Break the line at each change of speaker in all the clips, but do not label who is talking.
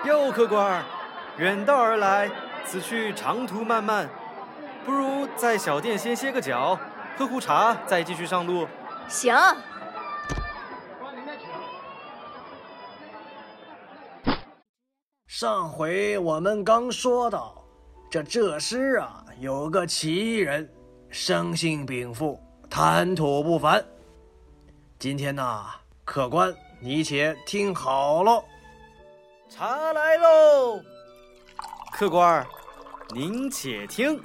哟，客官，远道而来，此去长途漫漫，不如在小店先歇个脚，喝壶茶，再继续上路。
行。
上回我们刚说到，这诗啊有个奇人，生性禀赋，谈吐不凡。今天呢，客官你且听好喽。
茶来喽，客官，您且听。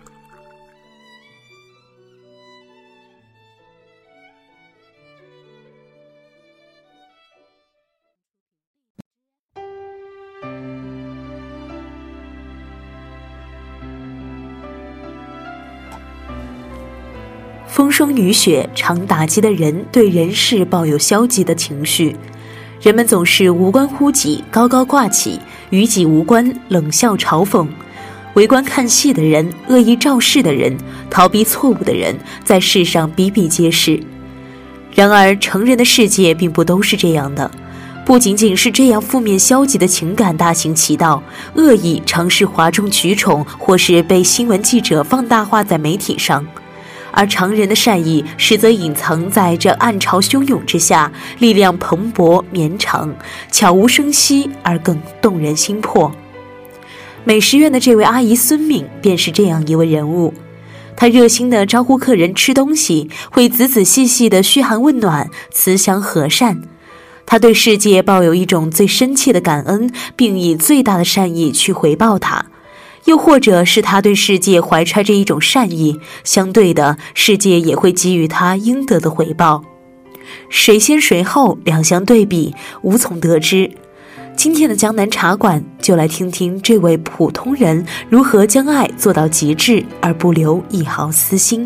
风霜雨雪常打击的人对人事抱有消极的情绪，人们总是无关乎己，高高挂起，与己无关，冷笑嘲讽。围观看戏的人，恶意肇事的人，逃避错误的人，在世上比比皆是。然而成人的世界并不都是这样的，不仅仅是这样负面消极的情感大行其道，恶意常是哗众取宠，或是被新闻记者放大化在媒体上。而常人的善意实则隐藏在这暗潮汹涌之下，力量蓬勃绵长，悄无声息而更动人心魄。美食院的这位阿姨孙敏便是这样一位人物，她热心地招呼客人吃东西，会仔仔细细地嘘寒问暖，慈祥和善。她对世界抱有一种最深切的感恩，并以最大的善意去回报它。又或者是他对世界怀揣着一种善意，相对的，世界也会给予他应得的回报。谁先谁后，两相对比，无从得知。今天的江南茶馆就来听听这位普通人如何将爱做到极致，而不留一毫私心。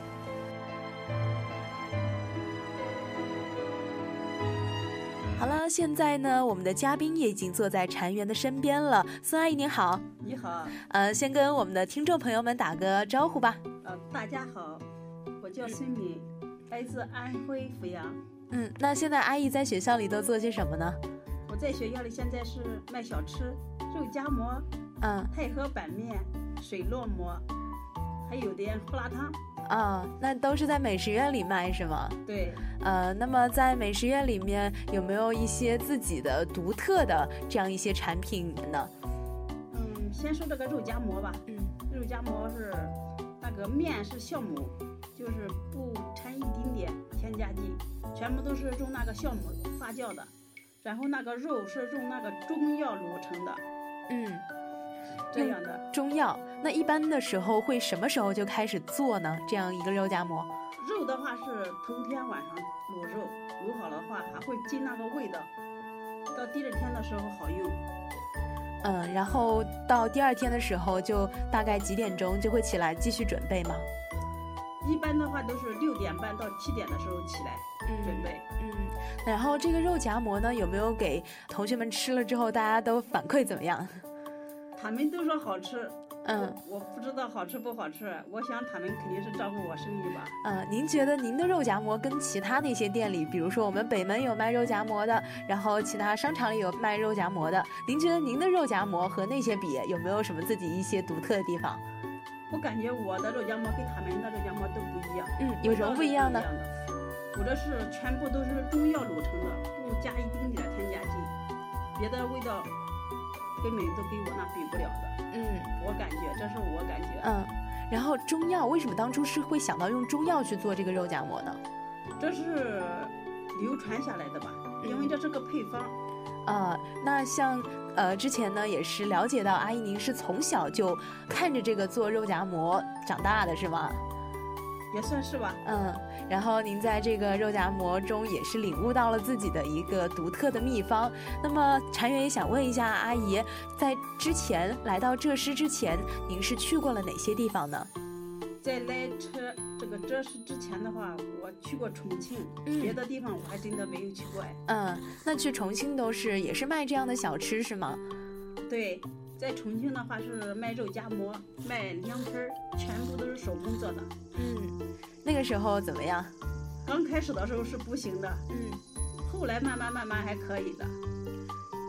现在呢，我们的嘉宾也已经坐在禅园的身边了。孙阿姨您好。
你好。
先跟我们的听众朋友们打个招呼吧。
大家好，我叫孙敏，来自安徽阜阳。
那现在阿姨在学校里都做些什么呢？
我在学校里现在是卖小吃，肉夹馍，太和板面，水烙馍，还有点胡辣汤。
那都是在美食院里卖是吗？
对。
那么在美食院里面有没有一些自己的独特的这样一些产品呢？
先说这个肉夹馍吧。肉夹馍是那个面是酵母，就是不掺一丁点添加剂，全部都是用那个酵母发酵的。然后那个肉是用那个中药卤成的。这样的
中药。那一般的时候会什么时候就开始做呢？这样一个肉夹馍？
肉的话是头天晚上卤肉，卤好了的话还会进那个味道，到第二天的时候好用。
然后到第二天的时候就大概几点钟就会起来继续准备吗？
一般的话都是6点半到7点的时候起来准备。
然后这个肉夹馍呢，有没有给同学们吃了之后大家都反馈怎么样？
他们都说好吃。我不知道好吃不好吃，我想他们肯定是照顾我生意吧。
您觉得您的肉夹馍跟其他那些店里，比如说我们北门有卖肉夹馍的，然后其他商场里有卖肉夹馍的，您觉得您的肉夹馍和那些比，有没有什么自己一些独特的地方？
我感觉我的肉夹馍跟他们的肉夹馍都不一样。
有什么不一样的？
我这是全部都是中药卤成的，不加一丁点添加剂，别的味道根本都跟我那比不了的。我感觉这是我感觉。
然后中药为什么当初是会想到用中药去做这个肉夹馍呢？
这是流传下来的吧，因为这是个配方。
那像之前呢也是了解到阿姨您是从小就看着这个做肉夹馍长大的是吗？
也算是吧。
然后您在这个肉夹馍中也是领悟到了自己的一个独特的秘方。那么禅园也想问一下阿姨，在之前来到浙师之前，您是去过了哪些地方呢？
在来这个浙师之前的话，我去过重庆，别的地方我还真的没有去过。
那去重庆也是卖这样的小吃是吗？
对，在重庆的话是卖肉夹馍，卖凉皮，全部都是手工做的。
那个时候怎么样？
刚开始的时候是不行的，后来慢慢还可以的。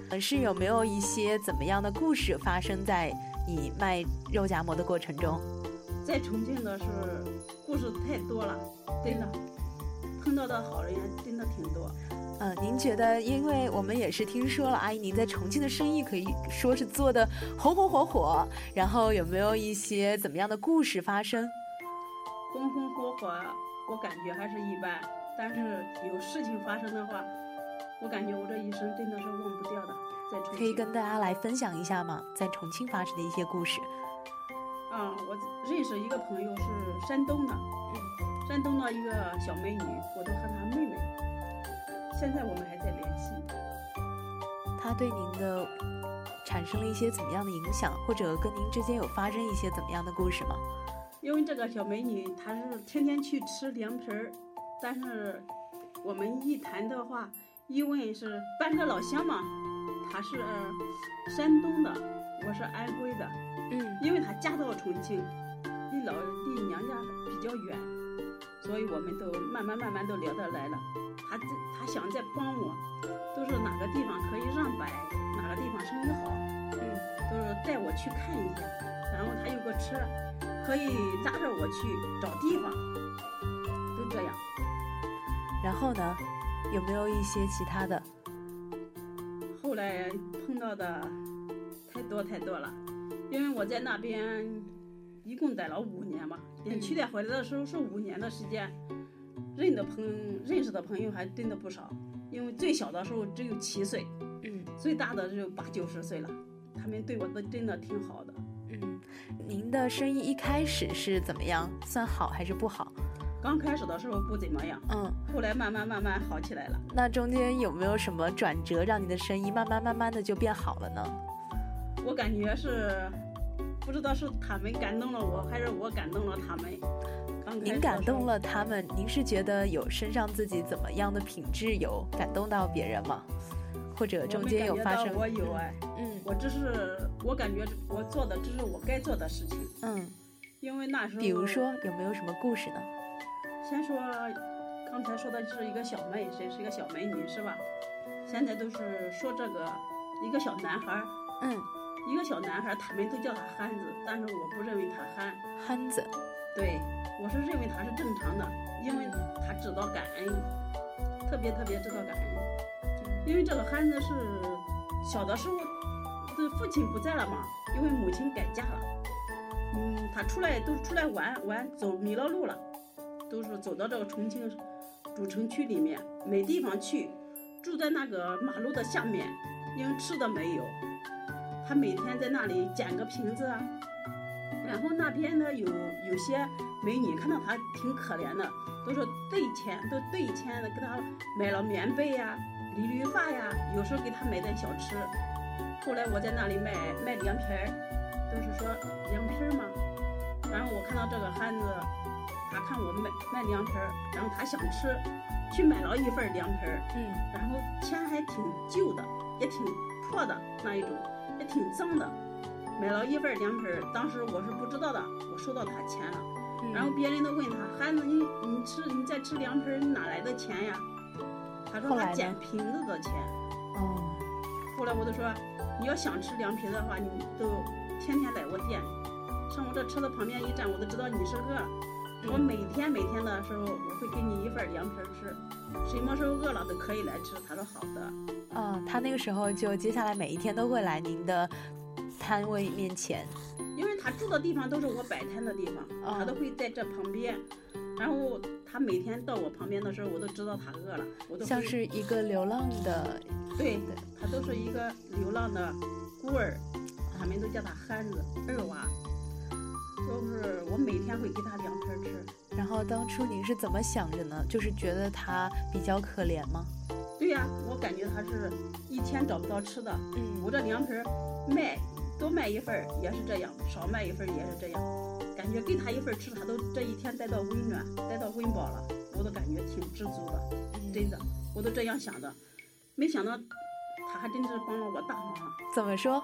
是有没有一些怎么样的故事发生在你卖肉夹馍的过程中？
在重庆的是故事太多了，真的碰到的好人真的挺多。
您觉得，因为我们也是听说了阿姨您在重庆的生意可以说是做的红红火火，然后有没有一些怎么样的故事发生？
红红火火我感觉还是一般，但是有事情发生的话，我感觉我这一生真的是忘不掉的。在重庆
可以跟大家来分享一下吗？在重庆发生的一些故事。
我认识一个朋友是山东的，山东的一个小美女，我都喊她妹妹，现在我们还在联系。
她对您的产生了一些怎么样的影响，或者跟您之间有发生一些怎么样的故事吗？
因为这个小美女她是天天去吃凉皮儿，但是我们一谈的话，一问是半个老乡嘛，她是山东的，我是安徽的。因为她嫁到重庆，离娘家比较远，所以我们都慢慢都聊得来了。她想再帮我，都是哪个地方可以让摆，哪个地方生意好，都是带我去看一下。然后她有个车，可以拉着我去找地方，都这样。
然后呢，有没有一些其他的？
后来碰到的太多了。因为我在那边一共待了5年嘛，去年回来的时候是5年的时间，认识的朋友还真的不少。因为最小的时候只有7岁，最大的就8、90岁了，他们对我都真的挺好的。
您的生意一开始是怎么样？算好还是不好？
刚开始的时候不怎么样，后来慢慢好起来了。
那中间有没有什么转折，让您的生意慢慢的就变好了呢？
我感觉是，不知道是他们感动了我，还是我感动了他们。
您感动了他们，您是觉得有身上自己怎么样的品质有感动到别人吗？或者中间有发生？
我有我感觉我做的这是我该做的事情。因为那时候，
比如说有没有什么故事呢？
先说刚才说的是一个小妹，谁是一个小美女是吧？现在都是说这个一个小男孩，一个小男孩，他们都叫他憨子，但是我不认为他
憨子。
对，我是认为他是正常的，因为他知道感恩，特别知道感恩。因为这个憨子是小的时候，这父亲不在了嘛，因为母亲改嫁了，他出来玩，走迷了路了，都是走到这个重庆主城区里面，没地方去，住在那个马路的下面，因为吃的没有。他每天在那里捡个瓶子啊，然后那边呢有些美女看到他挺可怜的，都是兑钱的，给他买了棉被呀、理绿发呀，有时候给他买点小吃。后来我在那里卖凉皮儿，都是说凉皮儿嘛。然后我看到这个憨子，他看我卖凉皮儿，然后他想吃，去买了一份凉皮儿，然后钱还挺旧的，也挺破的那一种。也挺脏的，买了一份凉皮儿，当时我是不知道的，我收到他钱了，然后别人都问他，憨子你在吃凉皮儿，你哪来的钱呀？他说他捡瓶子的钱。后来我就说，你要想吃凉皮的话，你都天天来我店，上我这车的旁边一站，我都知道你是饿了。我每天的时候，我会给你一份凉皮吃，什么时候饿了都可以来吃。他说好的。
他那个时候就接下来每一天都会来您的摊位面前，
因为他住的地方都是我摆摊的地方，他都会在这旁边。然后他每天到我旁边的时候，我都知道他饿了，我都
像是一个流浪的，
对，他都是一个流浪的孤儿，他们都叫他憨子、二娃。就是我每天会给他凉皮吃。
然后当初您是怎么想着呢？就是觉得他比较可怜吗？
对呀，我感觉他是一天找不到吃的。我这凉皮多卖一份也是这样，少卖一份也是这样，感觉给他一份吃，他都这一天待到温暖，待到温饱了，我都感觉挺知足的，真的，我都这样想的，没想到他还真是帮了我大忙了。
怎么说？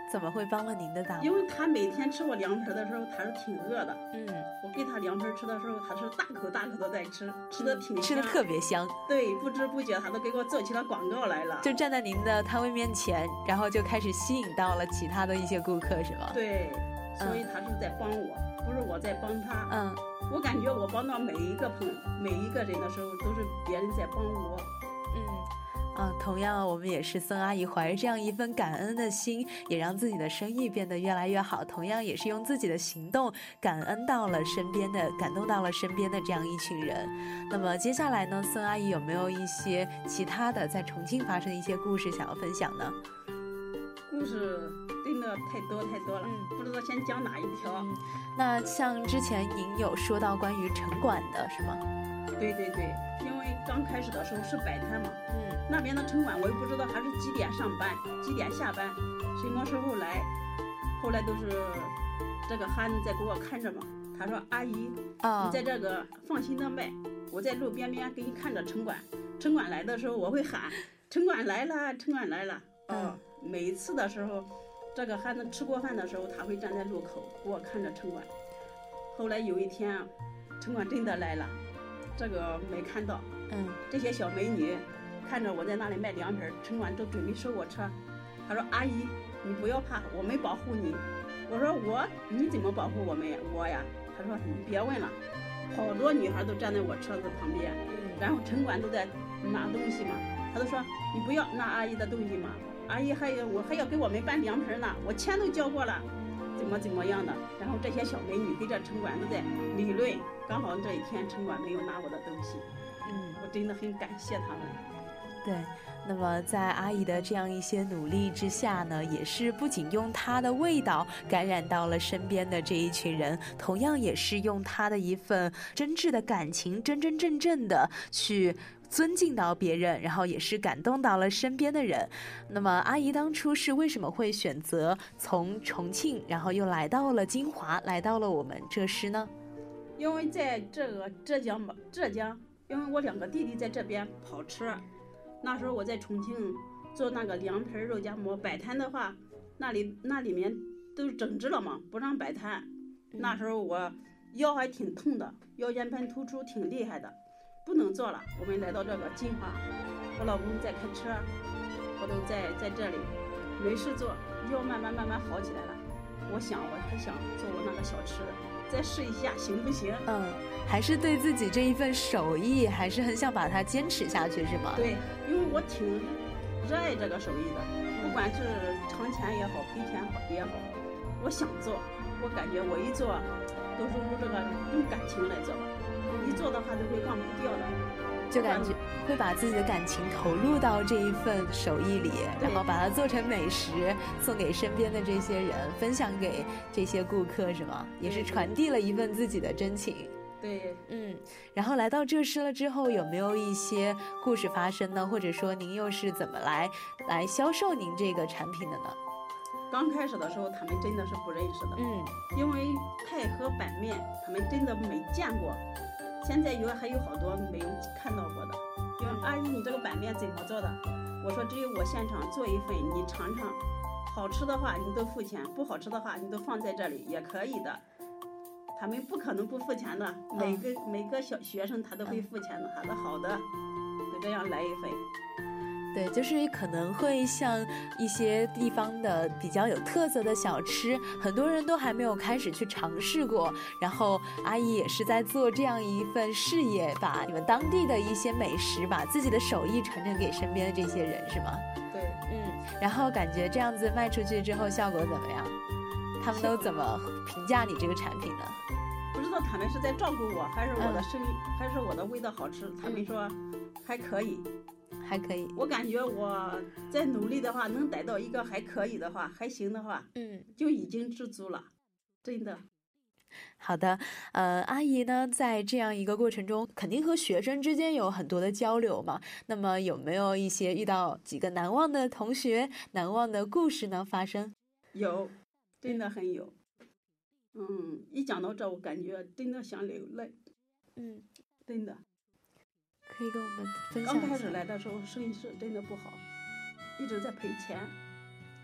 怎么会帮了您的大忙？
因为他每天吃我凉皮的时候，他是挺饿的。我给他凉皮吃的时候，他是大口大口的在吃，吃的挺香，
吃的特别香。
对，不知不觉他都给我做起了广告来了。
就站在您的摊位面前，然后就开始吸引到了其他的一些顾客，是吗？
对，所以他是在帮我，不是我在帮他。我感觉我帮到每一个人的时候，都是别人在帮我。
同样我们也是孙阿姨怀着这样一份感恩的心，也让自己的生意变得越来越好，同样也是用自己的行动感动到了身边的这样一群人。那么接下来呢，孙阿姨有没有一些其他的在重庆发生的一些故事想要分享呢？
故事真的太多了，不知道先讲哪一条。
那像之前您有说到关于城管的是吗？
对，因为刚开始的时候是摆摊嘛，那边的城管我也不知道他是几点上班几点下班，什么时候来，后来都是这个汉子在给我看着嘛。他说阿姨，你在这个放心的卖，我在路边给你看着城管来的时候我会喊城管来了。每一次的时候，这个汉子吃过饭的时候，他会站在路口给我看着城管。后来有一天城管真的来了，这个没看到，这些小美女看着我在那里卖凉皮，城管都准备收我车。他说阿姨你不要怕，我没保护你。我说你怎么保护我呀？他说你别问了，好多女孩都站在我车子旁边，然后城管都在拿东西嘛，他都说你不要拿阿姨的东西嘛，阿姨还要给我们搬凉皮呢，我钱都交过了，怎么样的。然后这些小美女跟着城管都在理论，刚好这一天城管没有拿我的东西，我真的很感谢他们。
对，那么在阿姨的这样一些努力之下呢，也是不仅用她的味道感染到了身边的这一群人，同样也是用她的一份真挚的感情，真真正正的去尊敬到别人，然后也是感动到了身边的人。那么阿姨当初是为什么会选择从重庆，然后又来到了金华，来到了我们浙师呢？
因为在这个浙江，因为我2个弟弟在这边跑车，那时候我在重庆做那个凉皮肉夹馍摆摊的话，那里面都整治了嘛，不让摆摊。那时候我腰还挺痛的，腰间盘突出挺厉害的，不能做了。我们来到这个金华，我老公在开车，我都在这里没事做，腰慢慢好起来了。我还想做我那个小吃，再试一下行不行？
还是对自己这一份手艺还是很想把它坚持下去，是吗？
对，因为我挺热爱这个手艺的，不管是挣钱也好赔钱也好，我想做，我感觉我一做都是用感情来做吧，一做的话就会忘不掉的，
就感觉会把自己的感情投入到这一份手艺里，然后把它做成美食送给身边的这些人，分享给这些顾客，是吗？也是传递了一份自己的真情。
对，
然后来到浙师了之后，有没有一些故事发生呢？或者说您又是怎么来销售您这个产品的呢？
刚开始的时候他们真的是不认识的，因为太和板面他们真的没见过，现在还有好多没有看到过的。因为阿姨你这个板面怎么做的？我说只有我现场做一份，你尝尝，好吃的话你都付钱，不好吃的话你都放在这里也可以的。他们不可能不付钱的，每个小学生他都会付钱的。他说好的，就这样来一份。
对，就是可能会像一些地方的比较有特色的小吃，很多人都还没有开始去尝试过，然后阿姨也是在做这样一份事业，把你们当地的一些美食，把自己的手艺传承给身边的这些人，是吗？
对，
然后感觉这样子卖出去之后效果怎么样？他们都怎么评价你这个产品呢？
不知道他们是在照顾我，还是我的生意，还是我的味道好吃。他们说还可以。我感觉我在努力的话，能逮到一个还可以的话，还行的话，就已经知足了，真的。
好的，阿姨呢，在这样一个过程中，肯定和学生之间有很多的交流嘛。那么有没有一些遇到几个难忘的同学、难忘的故事呢发生？
有，真的很有。一讲到这，我感觉真的想流泪。真的。
可以跟我们分享一下。
刚开始来的时候，生意是真的不好，一直在赔钱。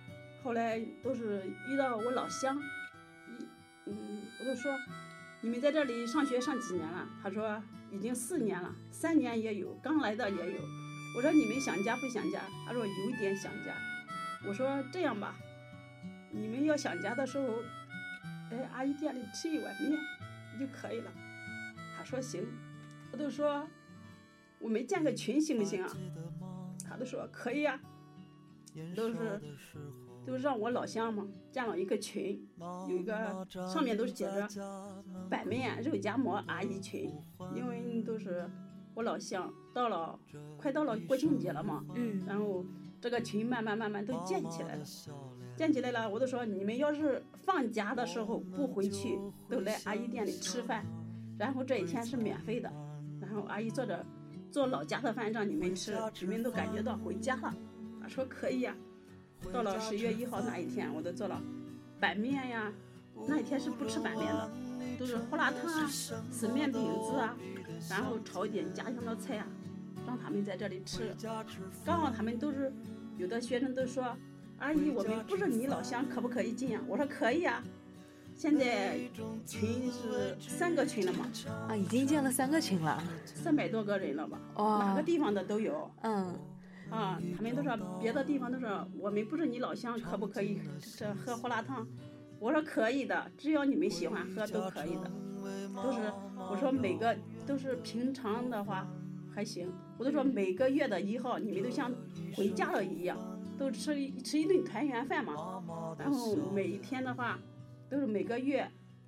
后来都是遇到我老乡，我就说你们在这里上学上几年了？他说已经4年了，3年也有，刚来的也有。我说你们想家不想家？他说有一点想家。我说这样吧，你们要想家的时候，阿姨店里吃一碗面就可以了。他说行。我都说我们建个群行不行啊？他都说可以啊。都让我老乡嘛建了一个群，有一个上面都是写着板面肉夹馍阿姨群，因为都是我老乡，快到了国庆节了嘛，然后这个群慢慢都建起来了。我都说你们要是放假的时候不回去，都来阿姨店里吃饭，然后这一天是免费的，然后阿姨做老家的饭让你们吃，你们都感觉到回家了。他说可以呀。到了10月1号那一天，我都做了板面呀，那一天是不吃板面的，都是胡辣汤啊、死面饼子啊，然后炒一点家乡的菜啊，让他们在这里吃。刚好他们都是有的学生都说，阿姨我们不是你老乡，可不可以进啊？我说可以啊。现在群是3个群了嘛？
啊，已经建了3个群了
，300多个人了吧？哪个地方的都有。他们都说别的地方都说我们不是你老乡，可不可以喝胡辣汤？我说可以的，只要你们喜欢喝都可以的。我说每个都是平常的话还行，我都说每个月的1号你们都像回家了一样，都吃一顿团圆饭嘛。然后每一天的话都是每个月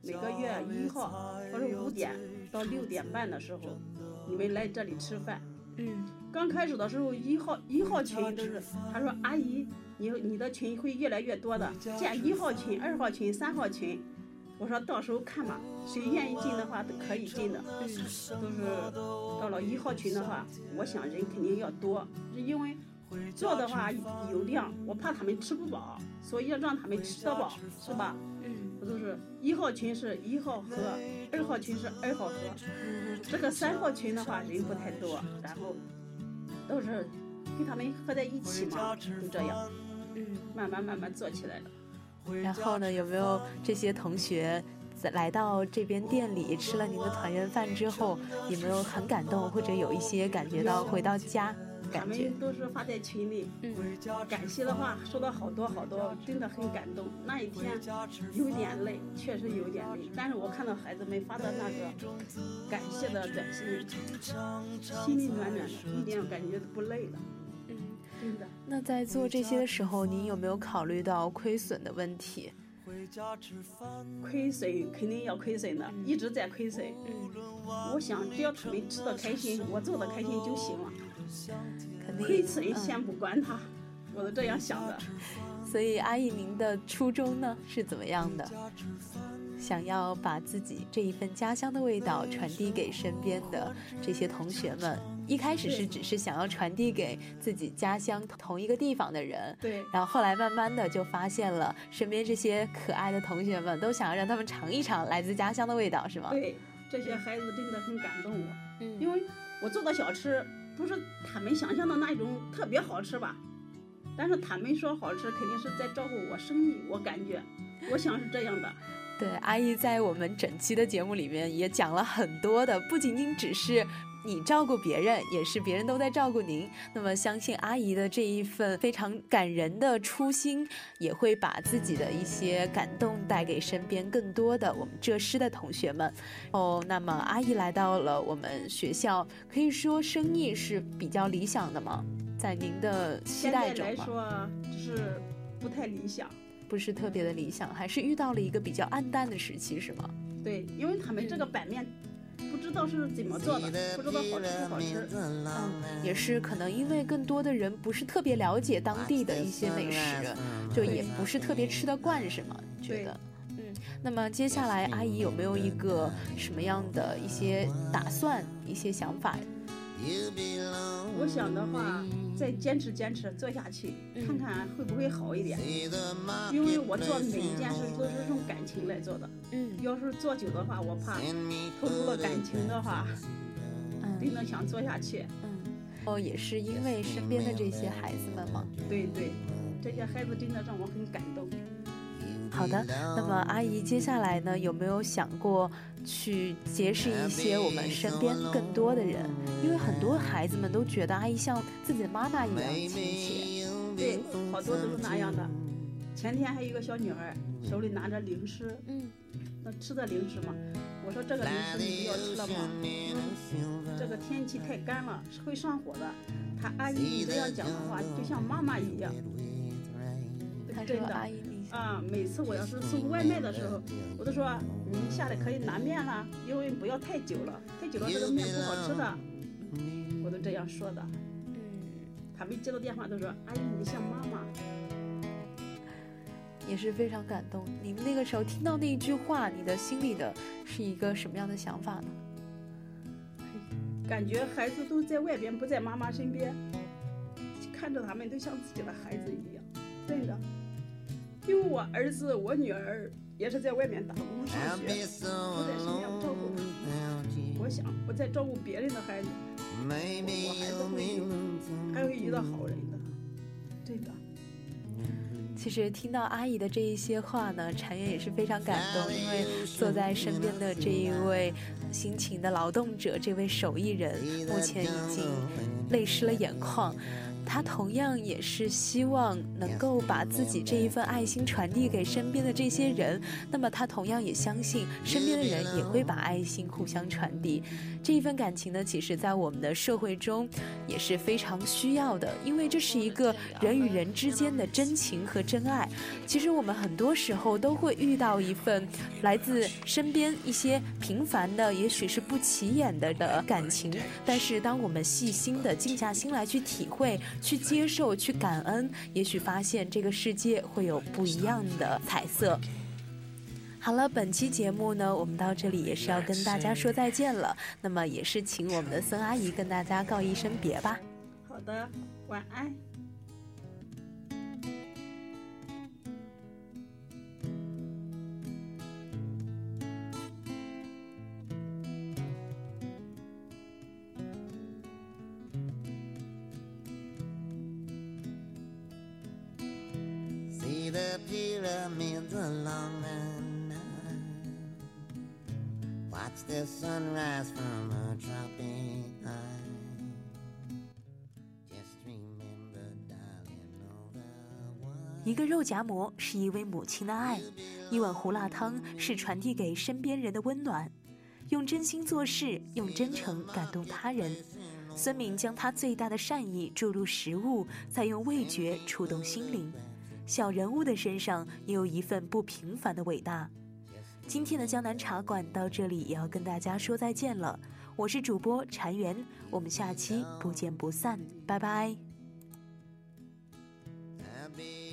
1号或者5点到6点半的时候，你们来这里吃饭。刚开始的时候1号群都是，他说阿姨你的群会越来越多的，建1号群、2号群、3号群。我说到时候看吧，谁愿意进的话都可以进的。都是到了1号群的话，我想人肯定要多，因为做的话有量，我怕他们吃不饱，所以要让他们吃得饱，是吧？我都是1号群是1号喝，2号群是2号喝，这个3号群的话人不太多，然后都是跟他们合在一起嘛，就这样，慢慢做起来了。
然后呢，有没有这些同学来到这边店里吃了您的团圆饭之后，有没有很感动，或者有一些感觉到回到家？
他们都是发在群里，感谢的话说了好多，真的很感动。那一天有点累，确实有点累，但是我看到孩子们发的那个感谢的短信，心里暖暖的，一点感觉都不累了。真的。
那在做这些的时候，您有没有考虑到亏损的问题？
亏损肯定要亏损的，一直在亏损。我想只要他们吃得开心，我做得开心就行了。亏损先不管它，我都这样想的。
所以阿姨您的初衷呢是怎么样的？想要把自己这一份家乡的味道传递给身边的这些同学们。一开始是只是想要传递给自己家乡同一个地方的人，
对，
然后后来慢慢的就发现了身边这些可爱的同学们都想要让他们尝一尝来自家乡的味道，是吗？
对，这些孩子真的很感动我，因为我做的小吃不是他们想象的那种特别好吃吧，但是他们说好吃肯定是在照顾我生意，我感觉我想是这样的。
对，阿姨在我们整期的节目里面也讲了很多的，不仅仅只是你照顾别人，也是别人都在照顾您。那么相信阿姨的这一份非常感人的初心，也会把自己的一些感动带给身边更多的我们浙师的同学们。那么阿姨来到了我们学校，可以说生意是比较理想的吗？在您的期待中吗？
现在来说就是不太理想，
不是特别的理想，还是遇到了一个比较暗淡的时期，是吗？
对，因为他们这个板面不知道是怎么做的，不知道好吃不好吃。
也是可能因为更多的人不是特别了解当地的一些美食，就也不是特别吃得惯，是吗？觉得。那么接下来阿姨有没有一个什么样的一些打算、一些想法？
我想的话，再坚持做下去，看看会不会好一点。因为我做每一件事都是用感情来做的。要是做久的话，我怕投入了感情的话，真的想做下去。
也是因为身边的这些孩子们吗？
对， 这些孩子真的让我很感动。
好的，那么阿姨接下来呢，有没有想过去结识一些我们身边更多的人？因为很多孩子们都觉得阿姨像自己的妈妈一样亲切。
对，好多都是那样的。前天还有一个小女孩手里拿着零食，那吃的零食嘛，我说这个零食你不要吃了吗？这个天气太干了，会上火的。她阿姨你这样讲的话，就像妈妈一样。真的
阿姨
每次我要是送外卖的时候，我都说你下来可以拿面了，因为不要太久了，太久了这个面不好吃的，我都这样说的。他们接到电话都说阿姨你像妈妈，
也是非常感动。你们那个时候听到那一句话，你的心里的是一个什么样的想法呢？
感觉孩子都在外边，不在妈妈身边，看着他们都像自己的孩子一样，真的。因为我儿子我女儿也是在外面打工上学，不在身边照顾他们。我想我在照顾别人的孩子，我孩子还会遇到好人的，真的。
其实听到阿姨的这一些话呢，婵媛也是非常感动，因为坐在身边的这一位辛勤的劳动者，这位手艺人目前已经泪湿了眼眶。他同样也是希望能够把自己这一份爱心传递给身边的这些人，那么他同样也相信身边的人也会把爱心互相传递。这一份感情呢，其实在我们的社会中也是非常需要的，因为这是一个人与人之间的真情和真爱。其实我们很多时候都会遇到一份来自身边一些平凡的，也许是不起眼的感情，但是当我们细心的静下心来去体会、去接受、去感恩，也许发现这个世界会有不一样的彩色。好了，本期节目呢，我们到这里也是要跟大家说再见了。那么也是请我们的孙阿姨跟大家告一声别吧。
好的，晚安。
See the pyramids along the Nile, watch the sunrise from a tropic high. Just remember, darling, all the while.
一个肉夹馍是一位母亲的爱，一碗胡辣汤是传递给身边人的温暖。用真心做事，用真诚感动他人。孙敏将他最大的善意注入食物，再用味觉触动心灵。小人物的身上也有一份不平凡的伟大。今天的江南茶馆到这里也要跟大家说再见了，我是主播婵媛，我们下期不见不散，拜拜。